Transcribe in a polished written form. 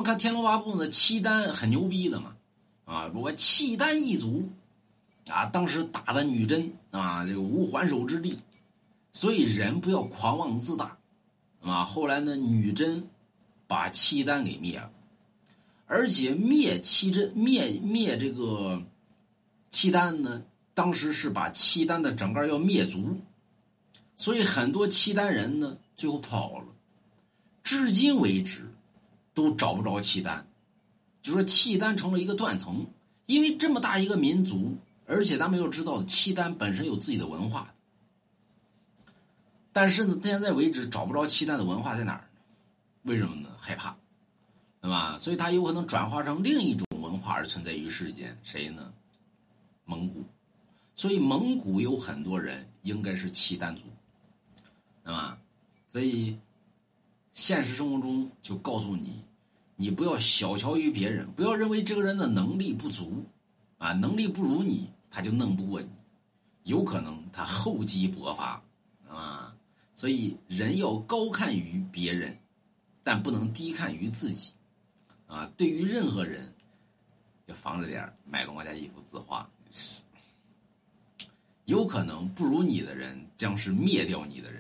看《天龙八部》呢，契丹很牛逼的嘛，啊，我契丹一族啊，当时打的女真啊，这个无还手之力，所以人不要狂妄自大啊。后来呢，女真把契丹给灭了，而且灭这个契丹呢，当时是把契丹的整个要灭族，所以很多契丹人呢最后跑了，至今为止都找不着契丹，就说契丹成了一个断层，因为这么大一个民族，而且咱们要知道契丹本身有自己的文化，但是呢，到现在为止找不着契丹的文化在哪儿呢？为什么呢？害怕，对吧？所以它有可能转化成另一种文化而存在于世间，谁呢？蒙古。所以蒙古有很多人应该是契丹族，对吧？所以现实生活中就告诉你，你不要小瞧于别人，不要认为这个人的能力不足啊，能力不如你，他就弄不过你，有可能他厚积薄发啊。所以人要高看于别人，但不能低看于自己啊。对于任何人，要防着点买龙王家一幅字画，有可能不如你的人将是灭掉你的人。